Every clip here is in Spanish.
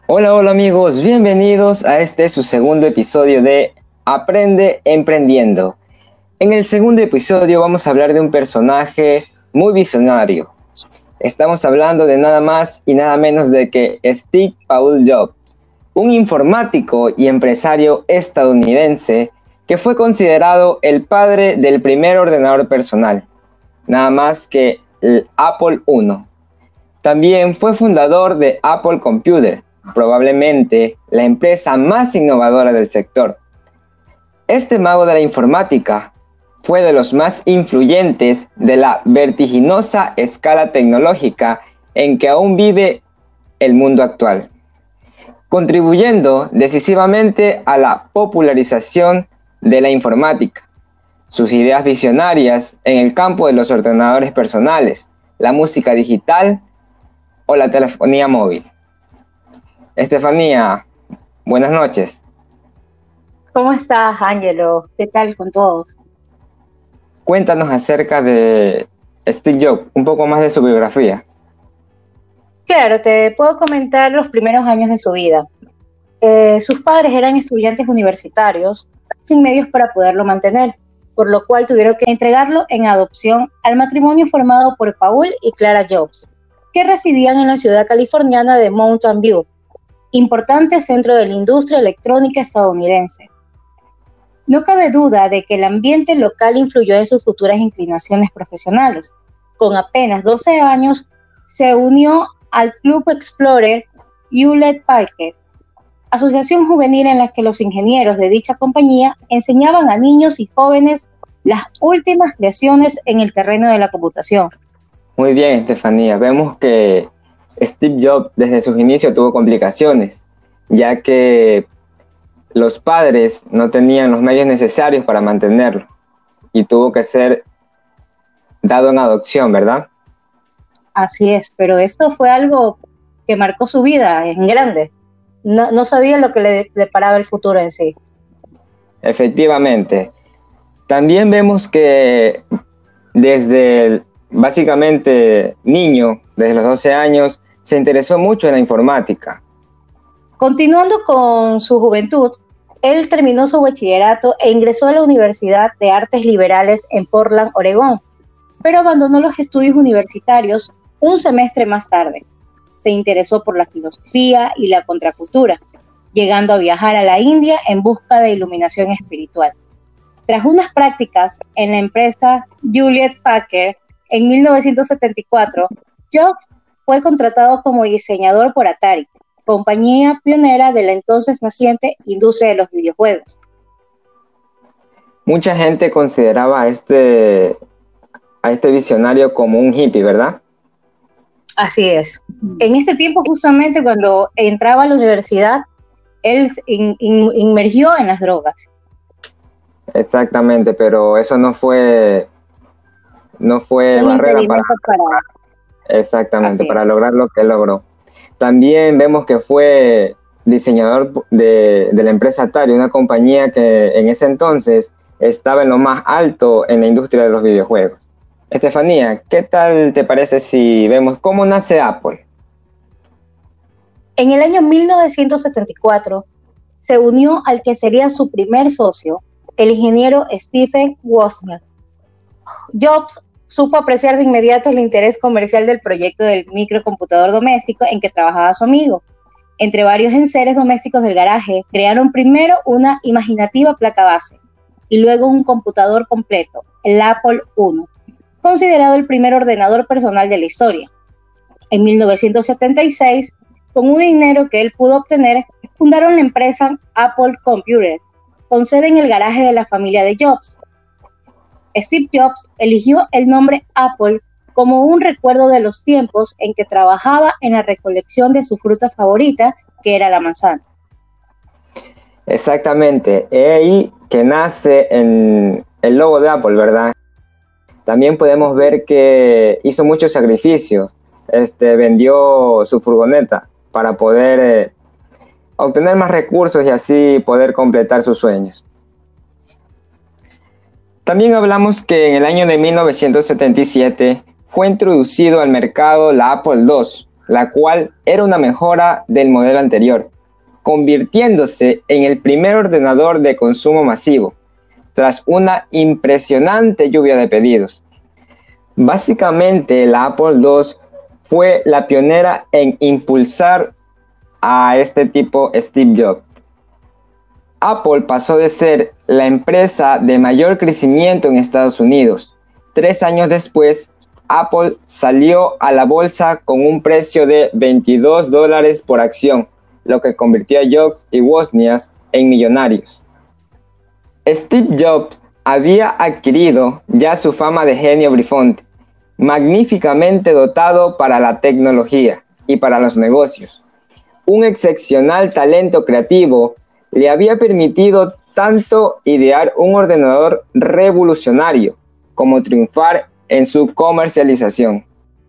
Hola, hola amigos, bienvenidos a su segundo episodio de Aprende Emprendiendo. En el segundo episodio vamos a hablar de un personaje muy visionario. Estamos hablando de nada más y nada menos de que Steve Paul Jobs, un informático y empresario estadounidense que fue considerado el padre del primer ordenador personal, nada más que el Apple I. También fue fundador de Apple Computer, probablemente la empresa más innovadora del sector. Este mago de la informática fue de los más influyentes de la vertiginosa escala tecnológica en que aún vive el mundo actual, contribuyendo decisivamente a la popularización de la informática. Sus ideas visionarias en el campo de los ordenadores personales, la música digital o la telefonía móvil. Estefanía, buenas noches. ¿Cómo estás, Ángelo? ¿Qué tal con todos? Cuéntanos acerca de Steve Jobs, un poco más de su biografía. Claro, te puedo comentar los primeros años de su vida. Sus padres eran estudiantes universitarios sin medios para poderlo mantener, por lo cual tuvieron que entregarlo en adopción al matrimonio formado por Paul y Clara Jobs, que residían en la ciudad californiana de Mountain View, importante centro de la industria electrónica estadounidense. No cabe duda de que el ambiente local influyó en sus futuras inclinaciones profesionales. Con apenas 12 años, se unió al Club Explorer Hewlett-Packard, asociación juvenil en la que los ingenieros de dicha compañía enseñaban a niños y jóvenes las últimas creaciones en el terreno de la computación. Muy bien, Estefanía. Vemos que Steve Jobs desde sus inicios tuvo complicaciones, ya que los padres no tenían los medios necesarios para mantenerlo y tuvo que ser dado en adopción, ¿verdad? Así es, pero esto fue algo que marcó su vida en grande. No sabía lo que le deparaba el futuro en sí. Efectivamente. También vemos que desde básicamente niño, desde los 12 años, se interesó mucho en la informática. Continuando con su juventud, él terminó su bachillerato e ingresó a la Universidad de Artes Liberales en Portland, Oregón, pero abandonó los estudios universitarios un semestre más tarde. Se interesó por la filosofía y la contracultura, llegando a viajar a la India en busca de iluminación espiritual. Tras unas prácticas en la empresa Hewlett-Packard en 1974, Jobs fue contratado como diseñador por Atari, compañía pionera de la entonces naciente industria de los videojuegos. Mucha gente consideraba a este visionario como un hippie, ¿verdad? Así es. En este tiempo, justamente cuando entraba a la universidad, él inmergió en las drogas. Exactamente, pero eso no fue barrera para lograr lo que logró. También vemos que fue diseñador de la empresa Atari, una compañía que en ese entonces estaba en lo más alto en la industria de los videojuegos. Estefanía, ¿qué tal te parece si vemos cómo nace Apple? En el año 1974 se unió al que sería su primer socio, el ingeniero Stephen Wozniak. Jobs supo apreciar de inmediato el interés comercial del proyecto del microcomputador doméstico en que trabajaba su amigo. Entre varios enseres domésticos del garaje, crearon primero una imaginativa placa base y luego un computador completo, el Apple I, considerado el primer ordenador personal de la historia. En 1976, con un dinero que él pudo obtener, fundaron la empresa Apple Computer, con sede en el garaje de la familia de Jobs. Steve Jobs eligió el nombre Apple como un recuerdo de los tiempos en que trabajaba en la recolección de su fruta favorita, que era la manzana. Exactamente, es ahí que nace el logo de Apple, ¿verdad? También podemos ver que hizo muchos sacrificios, vendió su furgoneta para poder obtener más recursos y así poder completar sus sueños. También hablamos que en el año de 1977 fue introducido al mercado la Apple II, la cual era una mejora del modelo anterior, convirtiéndose en el primer ordenador de consumo masivo, tras una impresionante lluvia de pedidos. Básicamente, la Apple II fue la pionera en impulsar a este tipo Steve Jobs. Apple pasó de ser la empresa de mayor crecimiento en Estados Unidos. 3 años después, Apple salió a la bolsa con un precio de $22 por acción, lo que convirtió a Jobs y Wozniak en millonarios. Steve Jobs había adquirido ya su fama de genio brillante, magníficamente dotado para la tecnología y para los negocios. Un excepcional talento creativo le había permitido tanto idear un ordenador revolucionario como triunfar en su comercialización.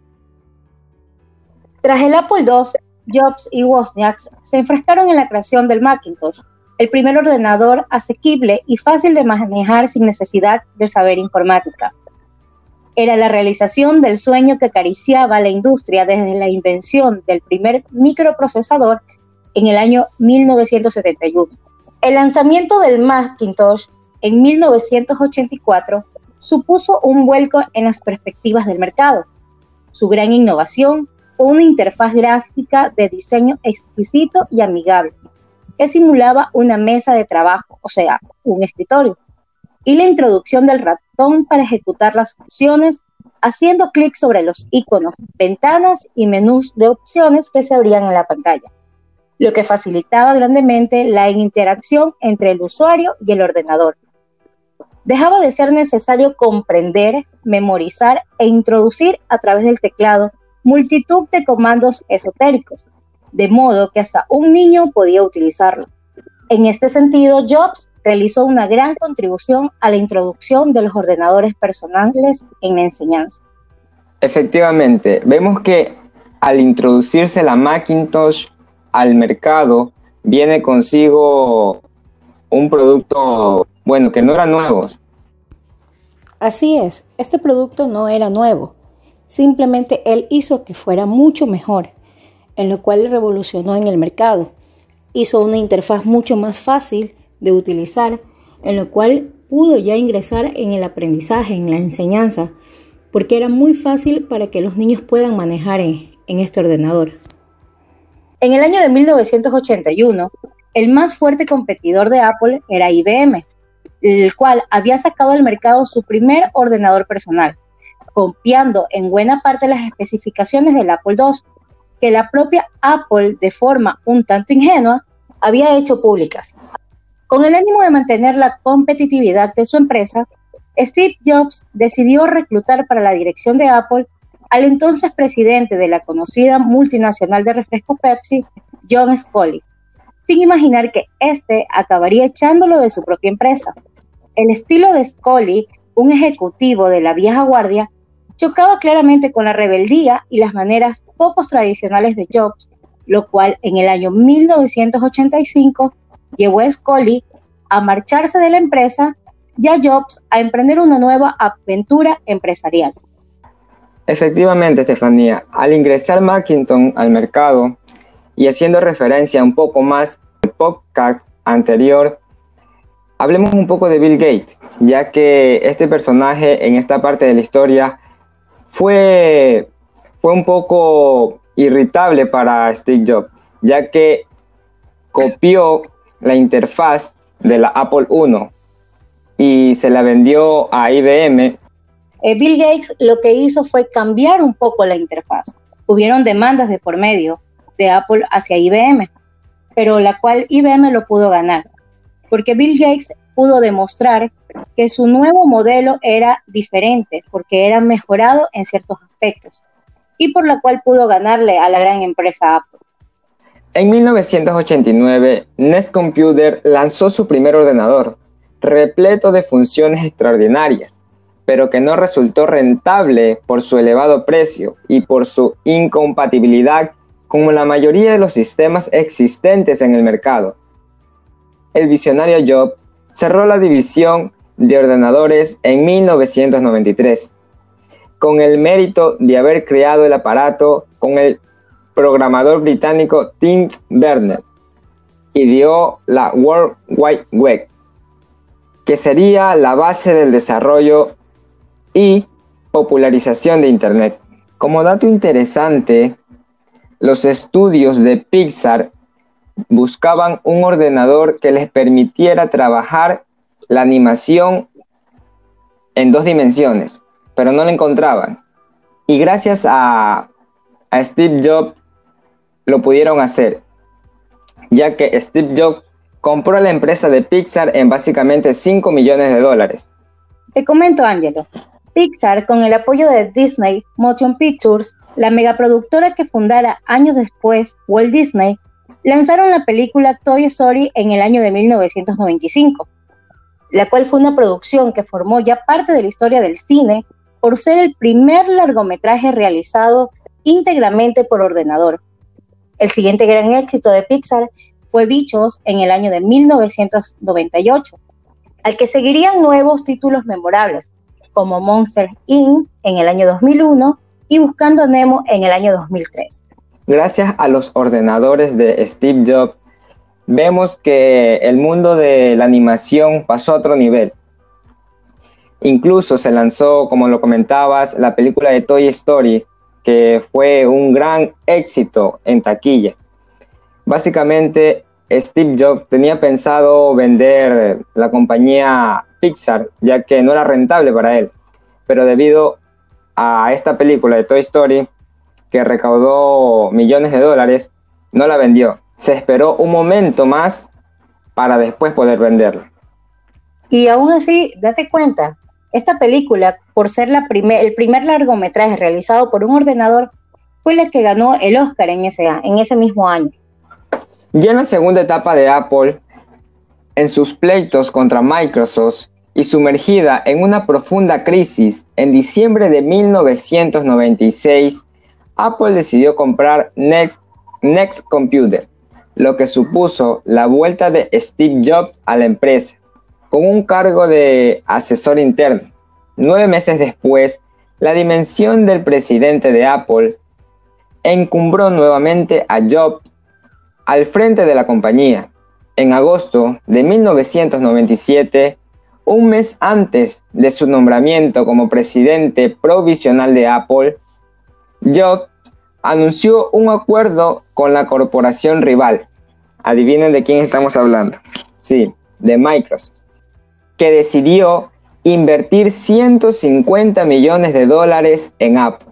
Tras el Apple II, Jobs y Wozniak se enfrascaron en la creación del Macintosh, el primer ordenador asequible y fácil de manejar sin necesidad de saber informática. Era la realización del sueño que acariciaba la industria desde la invención del primer microprocesador en el año 1971. El lanzamiento del Macintosh en 1984 supuso un vuelco en las perspectivas del mercado. Su gran innovación fue una interfaz gráfica de diseño exquisito y amigable, que simulaba una mesa de trabajo, o sea, un escritorio, y la introducción del ratón para ejecutar las funciones, haciendo clic sobre los iconos, ventanas y menús de opciones que se abrían en la pantalla, lo que facilitaba grandemente la interacción entre el usuario y el ordenador. Dejaba de ser necesario comprender, memorizar e introducir a través del teclado multitud de comandos esotéricos, de modo que hasta un niño podía utilizarlo. En este sentido, Jobs realizó una gran contribución a la introducción de los ordenadores personales en la enseñanza. Efectivamente, vemos que al introducirse la Macintosh al mercado, viene consigo un producto, bueno, que no era nuevo. Así es, este producto no era nuevo, simplemente él hizo que fuera mucho mejor, en lo cual revolucionó en el mercado. Hizo una interfaz mucho más fácil de utilizar, en lo cual pudo ya ingresar en el aprendizaje, en la enseñanza, porque era muy fácil para que los niños puedan manejar en este ordenador. En el año de 1981, el más fuerte competidor de Apple era IBM, el cual había sacado al mercado su primer ordenador personal, copiando en buena parte las especificaciones del Apple II, que la propia Apple, de forma un tanto ingenua, había hecho públicas. Con el ánimo de mantener la competitividad de su empresa, Steve Jobs decidió reclutar para la dirección de Apple al entonces presidente de la conocida multinacional de refresco Pepsi, John Sculley, sin imaginar que éste acabaría echándolo de su propia empresa. El estilo de Sculley, un ejecutivo de la vieja guardia, chocaba claramente con la rebeldía y las maneras poco tradicionales de Jobs, lo cual en el año 1985 llevó a Sculley a marcharse de la empresa y a Jobs a emprender una nueva aventura empresarial. Efectivamente, Estefanía, al ingresar Macintosh al mercado y haciendo referencia un poco más al podcast anterior, hablemos un poco de Bill Gates, ya que este personaje en esta parte de la historia fue un poco irritable para Steve Jobs, ya que copió la interfaz de la Apple I y se la vendió a IBM. Bill Gates lo que hizo fue cambiar un poco la interfaz. Hubieron demandas de por medio de Apple hacia IBM, pero la cual IBM lo pudo ganar, porque Bill Gates pudo demostrar que su nuevo modelo era diferente, porque era mejorado en ciertos aspectos, y por la cual pudo ganarle a la gran empresa Apple. En 1989, Nest Computer lanzó su primer ordenador, repleto de funciones extraordinarias, pero que no resultó rentable por su elevado precio y por su incompatibilidad con la mayoría de los sistemas existentes en el mercado. El visionario Jobs cerró la división de ordenadores en 1993, con el mérito de haber creado el aparato con el programador británico Tim Berners ideó la World Wide Web, que sería la base del desarrollo y popularización de Internet. Como dato interesante, los estudios de Pixar buscaban un ordenador que les permitiera trabajar la animación en 2 dimensiones, pero no lo encontraban. Y gracias a Steve Jobs lo pudieron hacer, ya que Steve Jobs compró la empresa de Pixar en básicamente $5 millones. Te comento, Ángelo. Pixar, con el apoyo de Disney Motion Pictures, la megaproductora que fundara años después Walt Disney, lanzaron la película Toy Story en el año de 1995, la cual fue una producción que formó ya parte de la historia del cine por ser el primer largometraje realizado íntegramente por ordenador. El siguiente gran éxito de Pixar fue Bichos en el año de 1998, al que seguirían nuevos títulos memorables, como Monster Inc. en el año 2001 y Buscando a Nemo en el año 2003. Gracias a los ordenadores de Steve Jobs, vemos que el mundo de la animación pasó a otro nivel. Incluso se lanzó, como lo comentabas, la película de Toy Story, que fue un gran éxito en taquilla. Básicamente, Steve Jobs tenía pensado vender la compañía Pixar, ya que no era rentable para él. Pero debido a esta película de Toy Story, que recaudó millones de dólares, no la vendió. Se esperó un momento más para después poder venderla. Y aún así, date cuenta, esta película, por ser el primer largometraje realizado por un ordenador, fue la que ganó el Oscar en ese mismo año. Ya en la segunda etapa de Apple, en sus pleitos contra Microsoft y sumergida en una profunda crisis, en diciembre de 1996, Apple decidió comprar Next Computer, lo que supuso la vuelta de Steve Jobs a la empresa, con un cargo de asesor interno. 9 meses después, la dimensión del presidente de Apple encumbró nuevamente a Jobs al frente de la compañía. En agosto de 1997, un mes antes de su nombramiento como presidente provisional de Apple, Jobs anunció un acuerdo con la corporación rival. Adivinen de quién estamos hablando. Sí, de Microsoft, que decidió invertir $150 millones en Apple.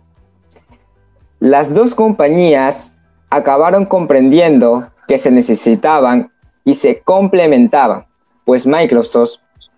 Las dos compañías acabaron comprendiendo que se necesitaban y se complementaban, pues Microsoft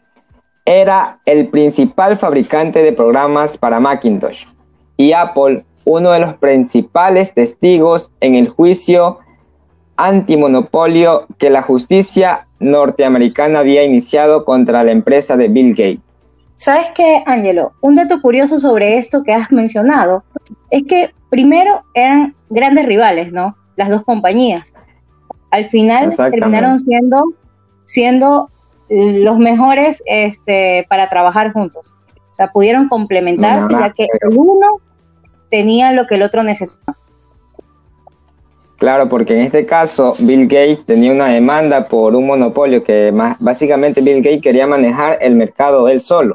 era el principal fabricante de programas para Macintosh y Apple uno de los principales testigos en el juicio antimonopolio que la justicia norteamericana había iniciado contra la empresa de Bill Gates. ¿Sabes qué, Ángelo? Un dato curioso sobre esto que has mencionado es que primero eran grandes rivales, ¿no? Las dos compañías. Al final terminaron siendo los mejores para trabajar juntos. O sea, pudieron complementarse, ya que el uno tenía lo que el otro necesitaba. Claro, porque en este caso Bill Gates tenía una demanda por un monopolio que básicamente Bill Gates quería manejar el mercado él solo.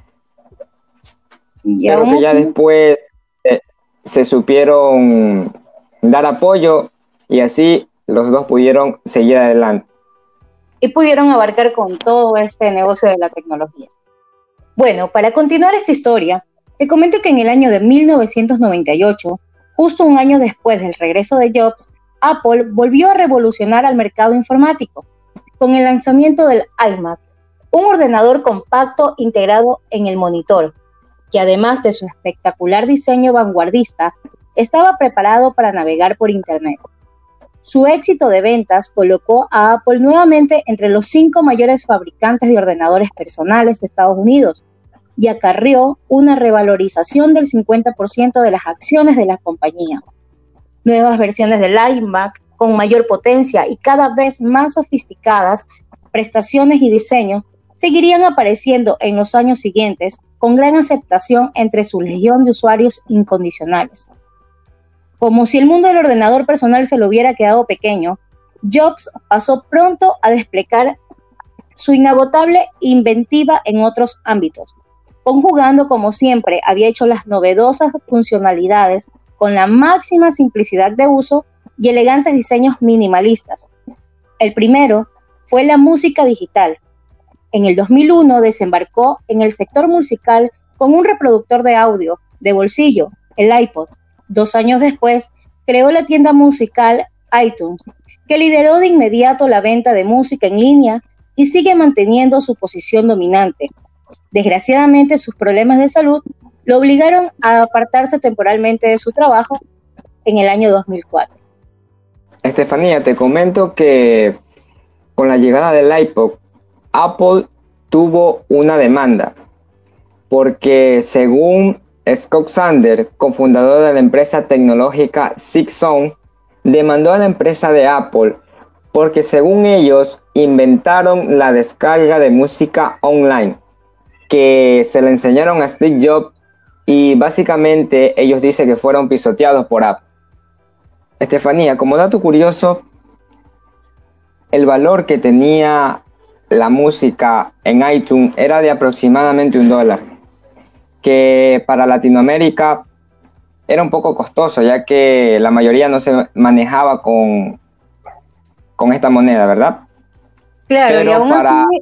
Pero que ya después se supieron dar apoyo y así los dos pudieron seguir adelante. Y pudieron abarcar con todo este negocio de la tecnología. Bueno, para continuar esta historia, te comento que en el año de 1998, justo un año después del regreso de Jobs, Apple volvió a revolucionar al mercado informático con el lanzamiento del iMac, un ordenador compacto integrado en el monitor, que además de su espectacular diseño vanguardista, estaba preparado para navegar por Internet. Su éxito de ventas colocó a Apple nuevamente entre los 5 mayores fabricantes de ordenadores personales de Estados Unidos y acarreó una revalorización del 50% de las acciones de la compañía. Nuevas versiones del iMac con mayor potencia y cada vez más sofisticadas prestaciones y diseño seguirían apareciendo en los años siguientes con gran aceptación entre su legión de usuarios incondicionales. Como si el mundo del ordenador personal se lo hubiera quedado pequeño, Jobs pasó pronto a desplegar su inagotable inventiva en otros ámbitos, conjugando como siempre había hecho las novedosas funcionalidades con la máxima simplicidad de uso y elegantes diseños minimalistas. El primero fue la música digital. En el 2001 desembarcó en el sector musical con un reproductor de audio de bolsillo, el iPod. 2 años después, creó la tienda musical iTunes, que lideró de inmediato la venta de música en línea y sigue manteniendo su posición dominante. Desgraciadamente, sus problemas de salud lo obligaron a apartarse temporalmente de su trabajo en el año 2004. Estefanía, te comento que con la llegada del iPod, Apple tuvo una demanda, porque según Scott Sander, cofundador de la empresa tecnológica Zigzone, demandó a la empresa de Apple porque según ellos inventaron la descarga de música online, que se le enseñaron a Steve Jobs y básicamente ellos dicen que fueron pisoteados por Apple. Estefanía, como dato curioso, el valor que tenía la música en iTunes era de aproximadamente $1, que para Latinoamérica era un poco costoso, ya que la mayoría no se manejaba con esta moneda, ¿verdad? Claro, pero y aún así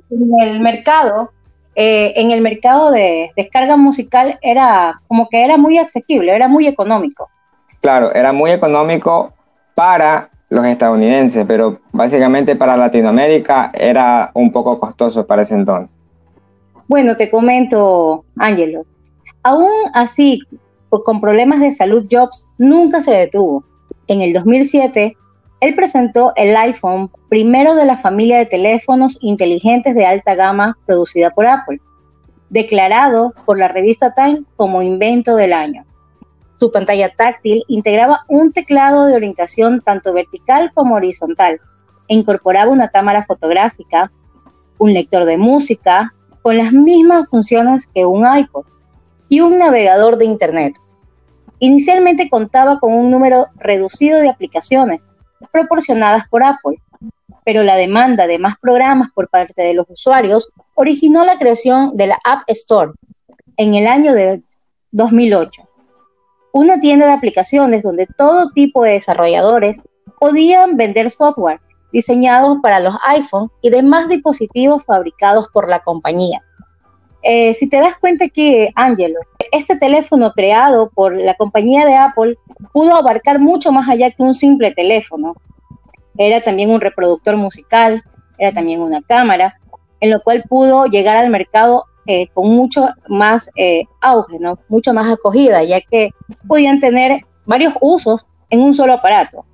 en el mercado de descarga musical era como que era muy asequible, era muy económico. Claro, era muy económico para los estadounidenses, pero básicamente para Latinoamérica era un poco costoso para ese entonces. Bueno, te comento, Ángelo, aún así, con problemas de salud, Jobs nunca se detuvo. En el 2007, él presentó el iPhone, primero de la familia de teléfonos inteligentes de alta gama producida por Apple, declarado por la revista Time como invento del año. Su pantalla táctil integraba un teclado de orientación tanto vertical como horizontal e incorporaba una cámara fotográfica, un lector de música con las mismas funciones que un iPod y un navegador de Internet. Inicialmente contaba con un número reducido de aplicaciones proporcionadas por Apple, pero la demanda de más programas por parte de los usuarios originó la creación de la App Store en el año de 2008, una tienda de aplicaciones donde todo tipo de desarrolladores podían vender software diseñados para los iPhone y demás dispositivos fabricados por la compañía. Si te das cuenta que, Ángelo, este teléfono creado por la compañía de Apple pudo abarcar mucho más allá que un simple teléfono. Era también un reproductor musical, era también una cámara, en lo cual pudo llegar al mercado con mucho más auge, ¿no? Mucho más acogida, ya que podían tener varios usos en un solo aparato.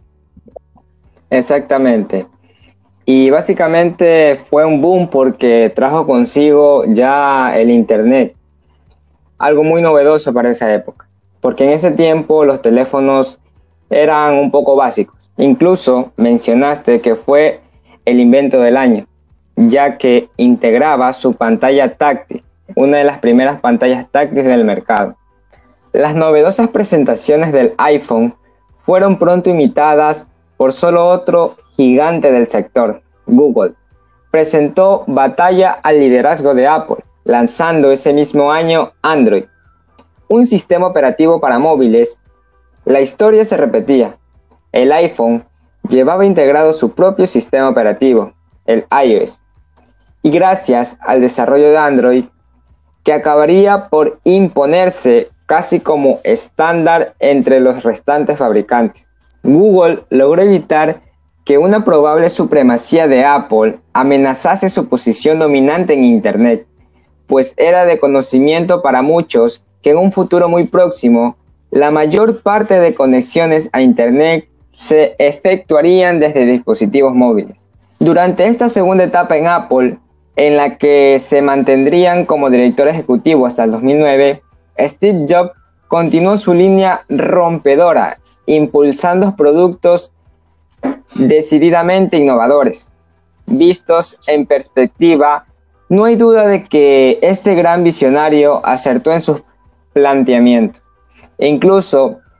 Exactamente. Y básicamente fue un boom porque trajo consigo ya el Internet, algo muy novedoso para esa época, porque en ese tiempo los teléfonos eran un poco básicos. Incluso mencionaste que fue el invento del año, ya que integraba su pantalla táctil, una de las primeras pantallas táctiles del mercado. Las novedosas presentaciones del iPhone fueron pronto imitadas por solo otro gigante del sector, Google. Presentó batalla al liderazgo de Apple, lanzando ese mismo año Android, un sistema operativo para móviles. La historia se repetía. El iPhone llevaba integrado su propio sistema operativo, el iOS, y gracias al desarrollo de Android, que acabaría por imponerse casi como estándar entre los restantes fabricantes, Google logró evitar que una probable supremacía de Apple amenazase su posición dominante en Internet, pues era de conocimiento para muchos que en un futuro muy próximo, la mayor parte de conexiones a Internet se efectuarían desde dispositivos móviles. Durante esta segunda etapa en Apple, en la que se mantendrían como director ejecutivo hasta el 2009, Steve Jobs continuó su línea rompedora, impulsando productos decididamente innovadores. Vistos en perspectiva, no hay duda de que este gran visionario acertó en sus planteamientos e incluso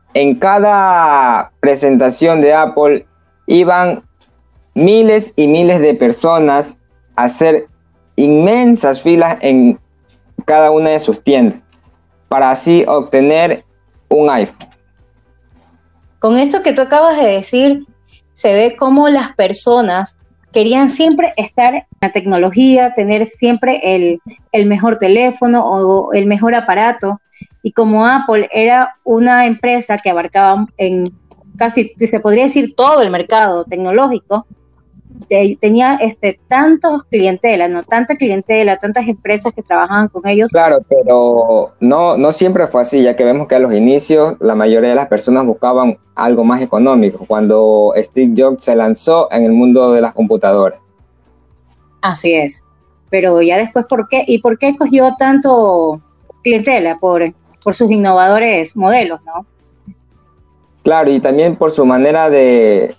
en cada presentación de Apple iban miles y miles de personas a hacer inmensas filas en cada una de sus tiendas para así obtener un iPhone. Con esto que tú acabas de decir, se ve cómo las personas querían siempre estar en la tecnología, tener siempre el mejor teléfono o el mejor aparato. Y como Apple era una empresa que abarcaba en casi, se podría decir, todo el mercado tecnológico, tenía tantos clientela, ¿no? Tanta clientela, tantas empresas que trabajaban con ellos. Claro, pero no siempre fue así, ya que vemos que a los inicios la mayoría de las personas buscaban algo más económico, cuando Steve Jobs se lanzó en el mundo de las computadoras. Así es. Pero ya después, ¿por qué? ¿Y por qué cogió tanto clientela? Por sus innovadores modelos, ¿no? Claro, y también por su manera de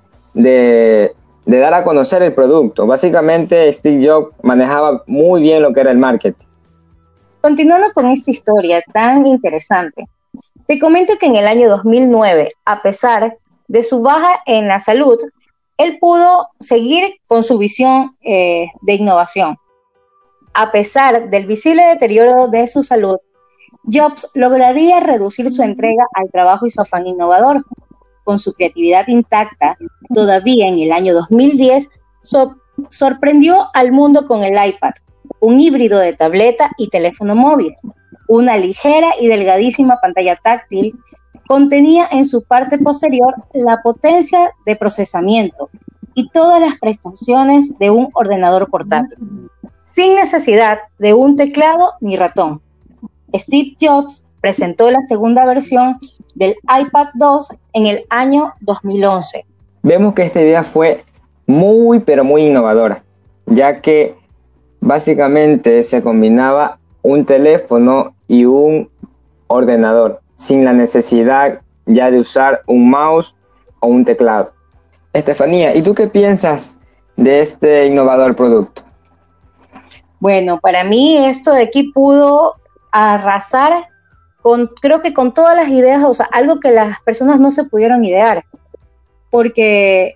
dar a conocer el producto. Básicamente, Steve Jobs manejaba muy bien lo que era el marketing. Continuando con esta historia tan interesante, te comento que en el año 2009, a pesar de su baja en la salud, él pudo seguir con su visión de innovación. A pesar del visible deterioro de su salud, Jobs lograría reducir su entrega al trabajo y su afán innovador. Con su creatividad intacta, todavía en el año 2010, sorprendió al mundo con el iPad, un híbrido de tableta y teléfono móvil. Una ligera y delgadísima pantalla táctil contenía en su parte posterior la potencia de procesamiento y todas las prestaciones de un ordenador portátil, sin necesidad de un teclado ni ratón. Steve Jobs presentó la segunda versión del iPad 2 en el año 2011. Vemos que esta idea fue muy, pero muy innovadora, ya que básicamente se combinaba un teléfono y un ordenador, sin la necesidad ya de usar un mouse o un teclado. Estefanía, ¿y tú qué piensas de este innovador producto? Bueno, para mí esto de aquí pudo arrasar creo que con todas las ideas, o sea, algo que las personas no se pudieron idear, porque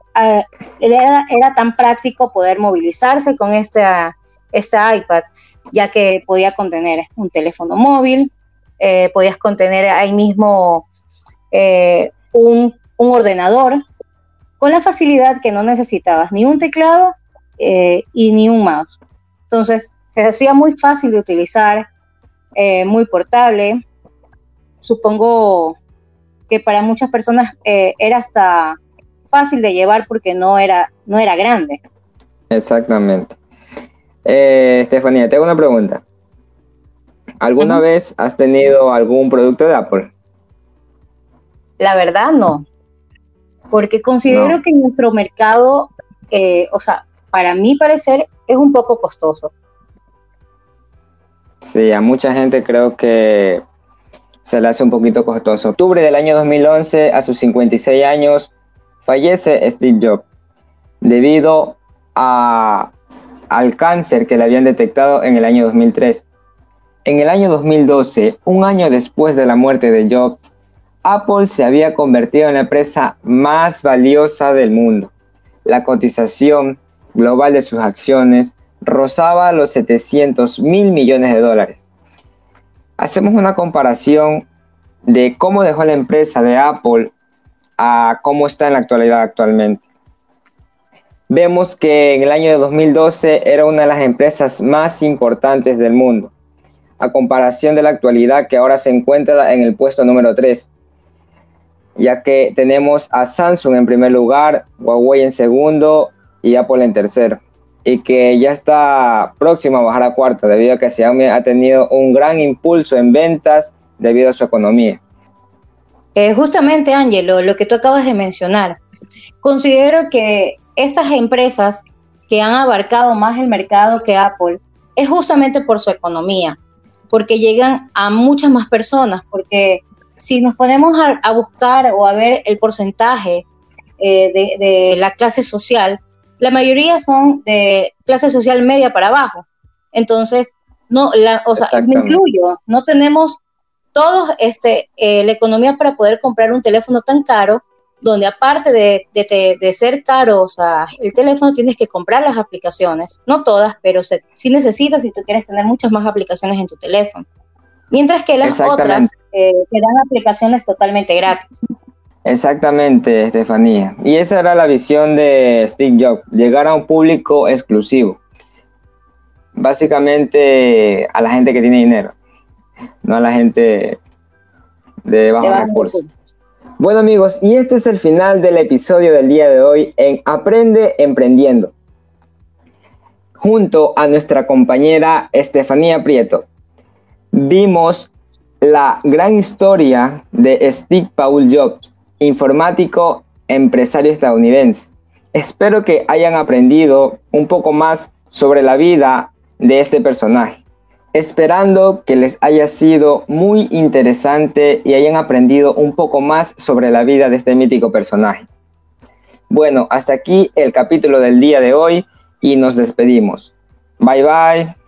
era tan práctico poder movilizarse con este iPad, ya que podía contener un teléfono móvil, podías contener ahí mismo un ordenador, con la facilidad que no necesitabas ni un teclado y ni un mouse. Entonces, se hacía muy fácil de utilizar, muy portable. Supongo que para muchas personas era hasta fácil de llevar porque no era grande. Exactamente. Estefanía, te hago una pregunta. ¿Alguna vez has tenido algún producto de Apple? La verdad, no. Porque considero que nuestro mercado, o sea, para mi parecer, es un poco costoso. Sí, a mucha gente creo que se le hace un poquito costoso. En octubre del año 2011, a sus 56 años, fallece Steve Jobs debido al cáncer que le habían detectado en el año 2003. En el año 2012, un año después de la muerte de Jobs, Apple se había convertido en la empresa más valiosa del mundo. La cotización global de sus acciones rozaba los 700.000 millones de dólares. Hacemos una comparación de cómo dejó la empresa de Apple a cómo está en la actualidad actualmente. Vemos que en el año de 2012 era una de las empresas más importantes del mundo, a comparación de la actualidad, que ahora se encuentra en el puesto número 3, ya que tenemos a Samsung en primer lugar, Huawei en segundo y Apple en tercero, y que ya está próximo a bajar a cuarto debido a que Xiaomi ha tenido un gran impulso en ventas debido a su economía. Justamente, Ángelo, lo que tú acabas de mencionar, considero que estas empresas que han abarcado más el mercado que Apple es justamente por su economía, porque llegan a muchas más personas, porque si nos ponemos a buscar o a ver el porcentaje de la clase social, la mayoría son de clase social media para abajo. Entonces, me incluyo, no tenemos todos la economía para poder comprar un teléfono tan caro, donde aparte de ser caro, o sea, el teléfono tienes que comprar las aplicaciones, no todas, pero sí necesitas si tú quieres tener muchas más aplicaciones en tu teléfono. Mientras que las otras te dan aplicaciones totalmente gratis. Exactamente, Estefanía. Y esa era la visión de Steve Jobs, llegar a un público exclusivo. Básicamente a la gente que tiene dinero, no a la gente de bajos recursos. Bueno amigos, y este es el final del episodio del día de hoy en Aprende Emprendiendo. Junto a nuestra compañera Estefanía Prieto, vimos la gran historia de Steve Paul Jobs, informático, empresario estadounidense. Espero que hayan aprendido un poco más sobre la vida de este personaje, esperando que les haya sido muy interesante y hayan aprendido un poco más sobre la vida de este mítico personaje. Bueno, hasta aquí el capítulo del día de hoy y nos despedimos. Bye bye.